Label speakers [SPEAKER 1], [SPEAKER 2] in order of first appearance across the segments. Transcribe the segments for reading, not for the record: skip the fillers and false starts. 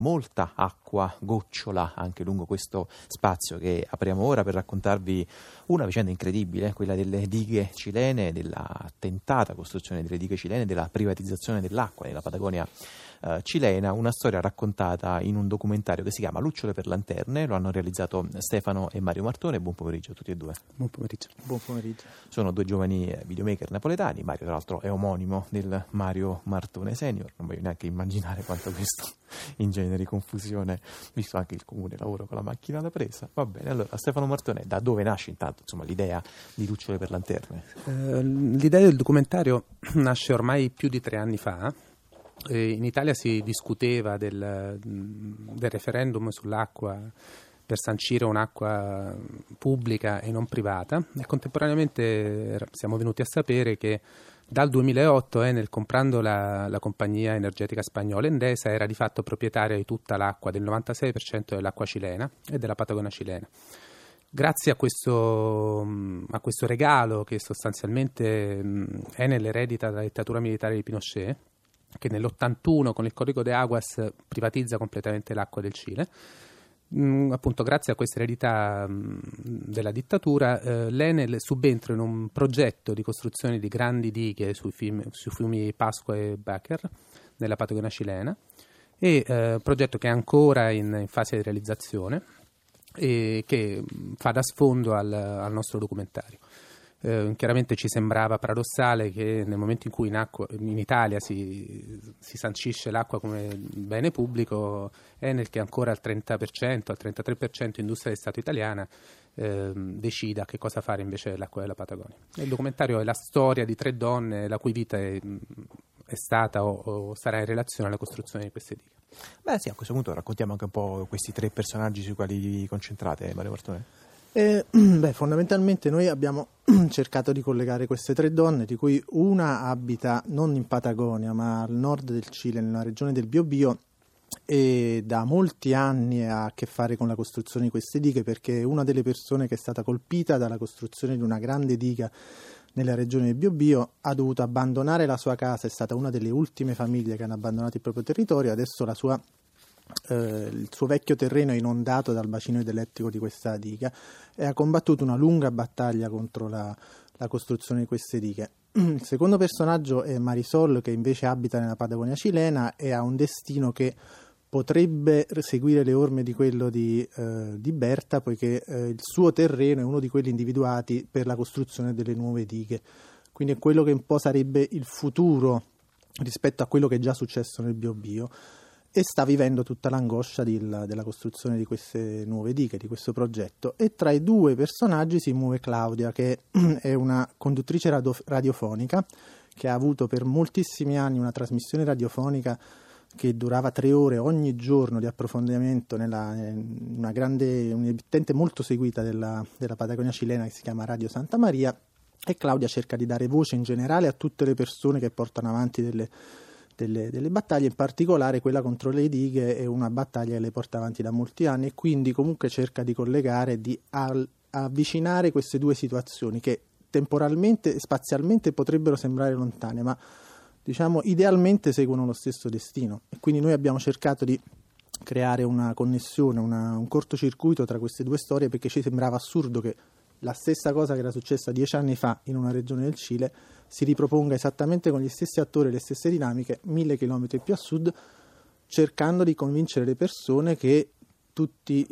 [SPEAKER 1] Molta acqua gocciola anche lungo questo spazio che apriamo ora per raccontarvi una vicenda incredibile, quella delle dighe cilene, della tentata costruzione delle dighe cilene, della privatizzazione dell'acqua nella Patagonia cilena, una storia raccontata in un documentario che si chiama Lucciole per lanterne. Lo hanno realizzato Stefano e Mario Martone. Buon pomeriggio a tutti e due.
[SPEAKER 2] Buon pomeriggio.
[SPEAKER 3] Buon pomerigo.
[SPEAKER 1] Sono due giovani videomaker napoletani. Mario tra l'altro è omonimo del Mario Martone senior, non voglio neanche immaginare quanto questo ingeneri confusione, visto anche il comune lavoro con la macchina da presa. Va bene, allora Stefano Martone, da dove nasce intanto l'idea di Lucciole per lanterne?
[SPEAKER 2] L'idea del documentario nasce ormai più di 3 anni fa. In Italia si discuteva del referendum sull'acqua per sancire un'acqua pubblica e non privata, e contemporaneamente siamo venuti a sapere che dal 2008 Enel, comprando la compagnia energetica spagnola Endesa, era di fatto proprietaria di tutta l'acqua, del 96% dell'acqua cilena e della Patagonia cilena. Grazie a questo regalo che sostanzialmente Enel eredita dalla dittatura militare di Pinochet, che nell'81 con il Código de Aguas privatizza completamente l'acqua del Cile. Appunto, grazie a questa eredità della dittatura, l'Enel subentra in un progetto di costruzione di grandi dighe sui fiumi Pascua e Báquer nella Patagonia cilena, e progetto che è ancora in fase di realizzazione e che fa da sfondo al nostro documentario. Chiaramente ci sembrava paradossale che nel momento in cui in Italia si sancisce l'acqua come bene pubblico, Enel, che è ancora al 30%, al 33% industria di Stato italiana, decida che cosa fare invece dell'acqua della Patagonia. Il documentario è la storia di 3 donne la cui vita è stata o sarà in relazione alla costruzione di queste dighe.
[SPEAKER 1] Beh sì, a questo punto raccontiamo anche un po' questi 3 personaggi sui quali vi concentrate, Mario Martone.
[SPEAKER 3] Fondamentalmente noi abbiamo cercato di collegare queste 3 donne, di cui una abita non in Patagonia ma al nord del Cile, nella regione del Biobío, e da molti anni ha a che fare con la costruzione di queste dighe, perché è una delle persone che è stata colpita dalla costruzione di una grande diga nella regione del Biobío, ha dovuto abbandonare la sua casa, è stata una delle ultime famiglie che hanno abbandonato il proprio territorio. Adesso il suo vecchio terreno è inondato dal bacino idroelettrico di questa diga e ha combattuto una lunga battaglia contro la costruzione di queste dighe. Il secondo personaggio è Marisol, che invece abita nella Patagonia cilena e ha un destino che potrebbe seguire le orme di quello di Berta, poiché il suo terreno è uno di quelli individuati per la costruzione delle nuove dighe, quindi è quello che un po' sarebbe il futuro rispetto a quello che è già successo nel Biobío, e sta vivendo tutta l'angoscia della costruzione di queste nuove dighe, di questo progetto. E tra i 2 personaggi si muove Claudia, che è una conduttrice radiofonica che ha avuto per moltissimi anni una trasmissione radiofonica che durava 3 ore ogni giorno di approfondimento in un'emittente molto seguita della Patagonia cilena, che si chiama Radio Santa Maria. E Claudia cerca di dare voce in generale a tutte le persone che portano avanti delle battaglie, in particolare quella contro le dighe è una battaglia che le porta avanti da molti anni, e quindi comunque cerca di collegare, di avvicinare queste 2 situazioni che temporalmente e spazialmente potrebbero sembrare lontane, ma idealmente seguono lo stesso destino. E quindi noi abbiamo cercato di creare una connessione, un cortocircuito tra queste 2 storie, perché ci sembrava assurdo che la stessa cosa che era successa 10 anni fa in una regione del Cile si riproponga esattamente con gli stessi attori, le stesse dinamiche, 1000 chilometri più a sud, cercando di convincere le persone che tutte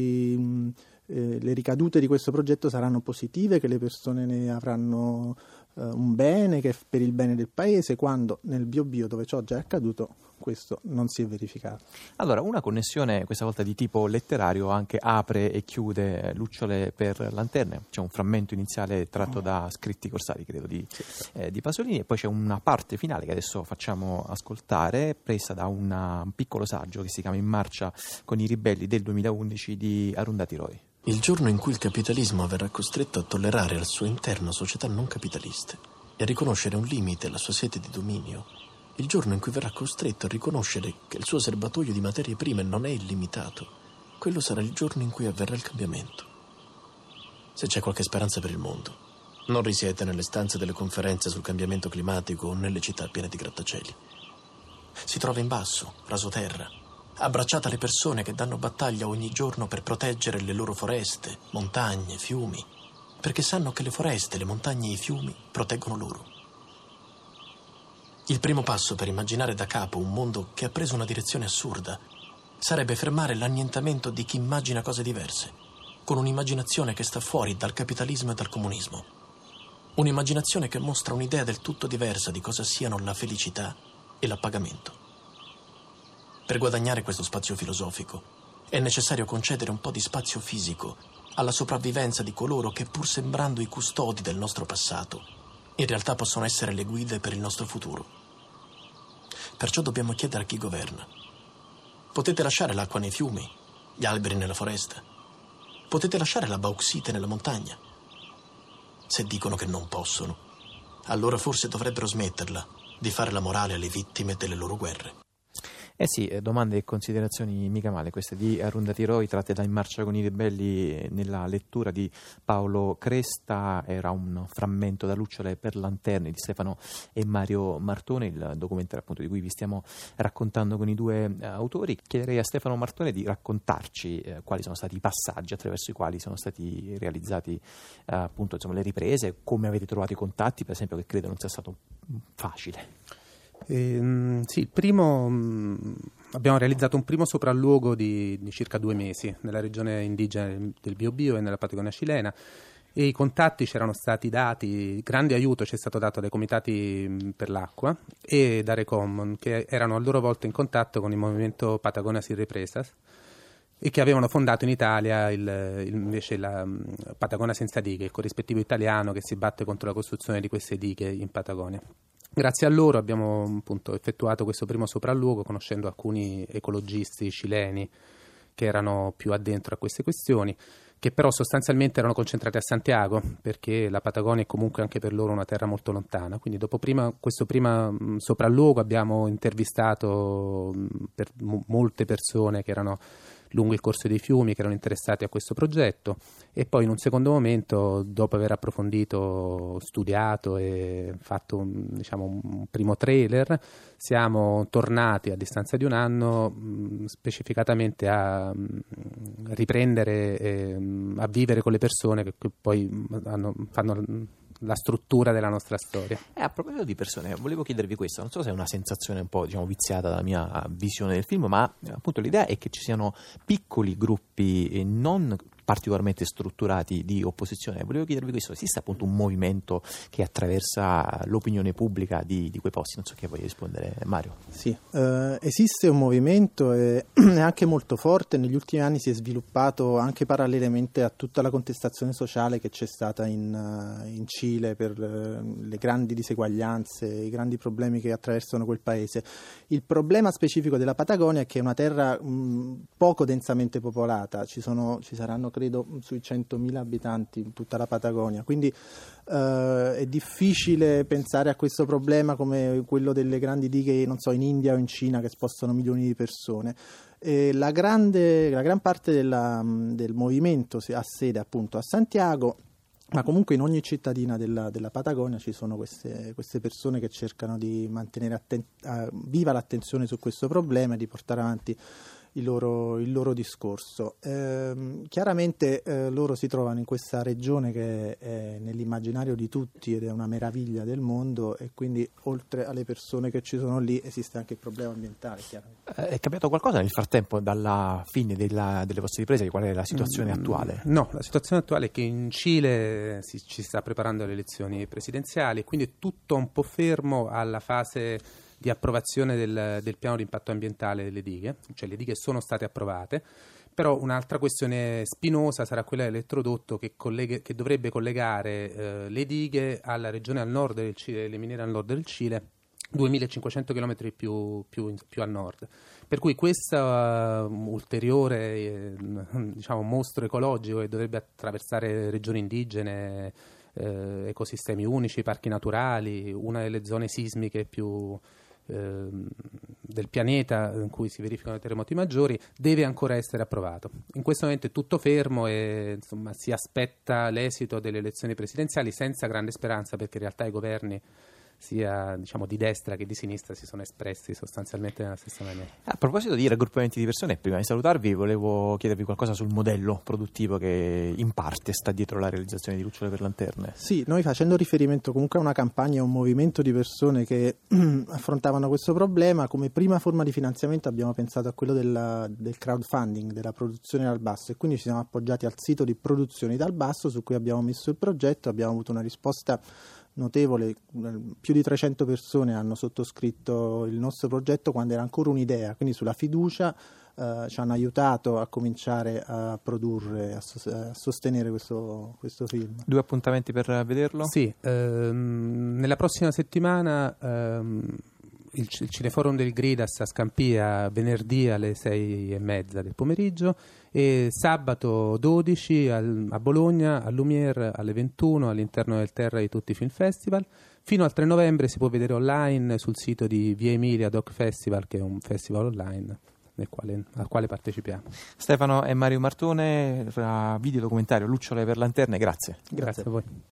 [SPEAKER 3] le ricadute di questo progetto saranno positive, che le persone ne avranno un bene, che è per il bene del paese, quando nel Biobío, dove ciò già è accaduto, questo non si è verificato.
[SPEAKER 1] Allora, una connessione questa volta di tipo letterario anche apre e chiude Lucciole per lanterne. C'è un frammento iniziale tratto da Scritti corsari, credo, di Pasolini, e poi c'è una parte finale che adesso facciamo ascoltare, presa da un piccolo saggio che si chiama In marcia con i ribelli del 2011 di Arundhati Roy.
[SPEAKER 4] Il giorno in cui il capitalismo verrà costretto a tollerare al suo interno società non capitaliste e a riconoscere un limite alla sua sete di dominio, il giorno in cui verrà costretto a riconoscere che il suo serbatoio di materie prime non è illimitato, quello sarà il giorno in cui avverrà il cambiamento. Se c'è qualche speranza per il mondo, non risiede nelle stanze delle conferenze sul cambiamento climatico o nelle città piene di grattacieli. Si trova in basso, rasoterra, Abbracciate alle persone che danno battaglia ogni giorno per proteggere le loro foreste, montagne, fiumi, perché sanno che le foreste, le montagne e i fiumi proteggono loro. Il primo passo per immaginare da capo un mondo che ha preso una direzione assurda sarebbe fermare l'annientamento di chi immagina cose diverse, con un'immaginazione che sta fuori dal capitalismo e dal comunismo. Un'immaginazione che mostra un'idea del tutto diversa di cosa siano la felicità e l'appagamento. Per guadagnare questo spazio filosofico è necessario concedere un po' di spazio fisico alla sopravvivenza di coloro che, pur sembrando i custodi del nostro passato, in realtà possono essere le guide per il nostro futuro. Perciò dobbiamo chiedere a chi governa: potete lasciare l'acqua nei fiumi, gli alberi nella foresta? Potete lasciare la bauxite nella montagna? Se dicono che non possono, allora forse dovrebbero smetterla di fare la morale alle vittime delle loro guerre.
[SPEAKER 1] Eh sì, domande e considerazioni mica male queste di Arundhati Roy, tratte da In marcia con i ribelli. Nella lettura di Paolo Cresta era un frammento da Lucciole per lanterne di Stefano e Mario Martone, il documentario appunto di cui vi stiamo raccontando con i due autori. Chiederei a Stefano Martone di raccontarci quali sono stati i passaggi attraverso i quali sono stati realizzati appunto le riprese, come avete trovato i contatti, per esempio, che credo non sia stato facile.
[SPEAKER 2] Sì, il primo, abbiamo realizzato un primo sopralluogo di circa 2 mesi nella regione indigena del Biobío e nella Patagonia cilena, e i contatti ci erano stati dati, grande aiuto ci è stato dato dai comitati per l'acqua e da Recom, che erano a loro volta in contatto con il movimento Patagonia Sin Represas e che avevano fondato in Italia invece la Patagonia Senza Dighe, il corrispettivo italiano che si batte contro la costruzione di queste dighe in Patagonia. Grazie a loro abbiamo appunto effettuato questo primo sopralluogo, conoscendo alcuni ecologisti cileni che erano più addentro a queste questioni, che però sostanzialmente erano concentrati a Santiago, perché la Patagonia è comunque anche per loro una terra molto lontana. Quindi dopo questo primo sopralluogo abbiamo intervistato per molte persone che erano lungo il corso dei fiumi, che erano interessati a questo progetto, e poi in un secondo momento, dopo aver approfondito, studiato e fatto un primo trailer, siamo tornati a distanza di un anno specificatamente a riprendere e a vivere con le persone che poi fanno la struttura della nostra storia.
[SPEAKER 1] A proposito di persone, volevo chiedervi questo, non so se è una sensazione un po' viziata dalla mia visione del film, ma appunto l'idea è che ci siano piccoli gruppi non particolarmente strutturati di opposizione. Volevo chiedervi questo: esiste appunto un movimento che attraversa l'opinione pubblica di quei posti? Non so che voglia rispondere, Mario.
[SPEAKER 3] Sì, esiste un movimento e è anche molto forte. Negli ultimi anni si è sviluppato anche parallelamente a tutta la contestazione sociale che c'è stata in Cile per le grandi diseguaglianze, i grandi problemi che attraversano quel paese. Il problema specifico della Patagonia è che è una terra poco densamente popolata, ci saranno credo sui 100.000 abitanti in tutta la Patagonia, quindi è difficile pensare a questo problema come quello delle grandi dighe, non so, in India o in Cina, che spostano milioni di persone. La gran parte del movimento ha sede appunto a Santiago, ma comunque in ogni cittadina della Patagonia ci sono queste persone che cercano di mantenere viva l'attenzione su questo problema e di portare avanti il loro discorso. Chiaramente loro si trovano in questa regione che è nell'immaginario di tutti ed è una meraviglia del mondo, e quindi oltre alle persone che ci sono lì esiste anche il problema ambientale.
[SPEAKER 1] È cambiato qualcosa nel frattempo dalla fine delle vostre riprese? Qual è la situazione attuale?
[SPEAKER 2] No, la situazione attuale è che in Cile ci sta preparando le elezioni presidenziali, quindi è tutto un po' fermo alla fase di approvazione del piano di impatto ambientale delle dighe, cioè le dighe sono state approvate, però un'altra questione spinosa sarà quella dell'elettrodotto che dovrebbe collegare le dighe alla regione al nord del Cile, le miniere al nord del Cile, 2500 km più a nord. Per cui questo ulteriore mostro ecologico che dovrebbe attraversare regioni indigene, ecosistemi unici, parchi naturali, una delle zone sismiche più del pianeta in cui si verificano i terremoti maggiori, deve ancora essere approvato. In questo momento è tutto fermo e si aspetta l'esito delle elezioni presidenziali senza grande speranza, perché in realtà i governi sia diciamo di destra che di sinistra si sono espressi sostanzialmente nella stessa maniera.
[SPEAKER 1] A proposito di raggruppamenti di persone, prima di salutarvi volevo chiedervi qualcosa sul modello produttivo che in parte sta dietro la realizzazione di Lucciole per Lanterne.
[SPEAKER 3] Sì, noi facendo riferimento comunque a una campagna, a un movimento di persone che affrontavano questo problema, come prima forma di finanziamento abbiamo pensato a quello del crowdfunding, della produzione dal basso, e quindi ci siamo appoggiati al sito di Produzioni dal Basso su cui abbiamo messo il progetto. Abbiamo avuto una risposta notevole, più di 300 persone hanno sottoscritto il nostro progetto quando era ancora un'idea, quindi sulla fiducia ci hanno aiutato a cominciare a produrre, a sostenere questo film.
[SPEAKER 1] 2 appuntamenti per vederlo?
[SPEAKER 2] Sì, nella prossima settimana il Cineforum del Gridas a Scampia venerdì alle 6:30 del pomeriggio e sabato 12 a Bologna, al Lumière alle 21 all'interno del Terra di Tutti Film Festival. Fino al 3 novembre si può vedere online sul sito di Via Emilia Doc Festival, che è un festival online al quale partecipiamo.
[SPEAKER 1] Stefano e Mario Martone, video documentario Lucciole per Lanterne, grazie.
[SPEAKER 2] Grazie a voi.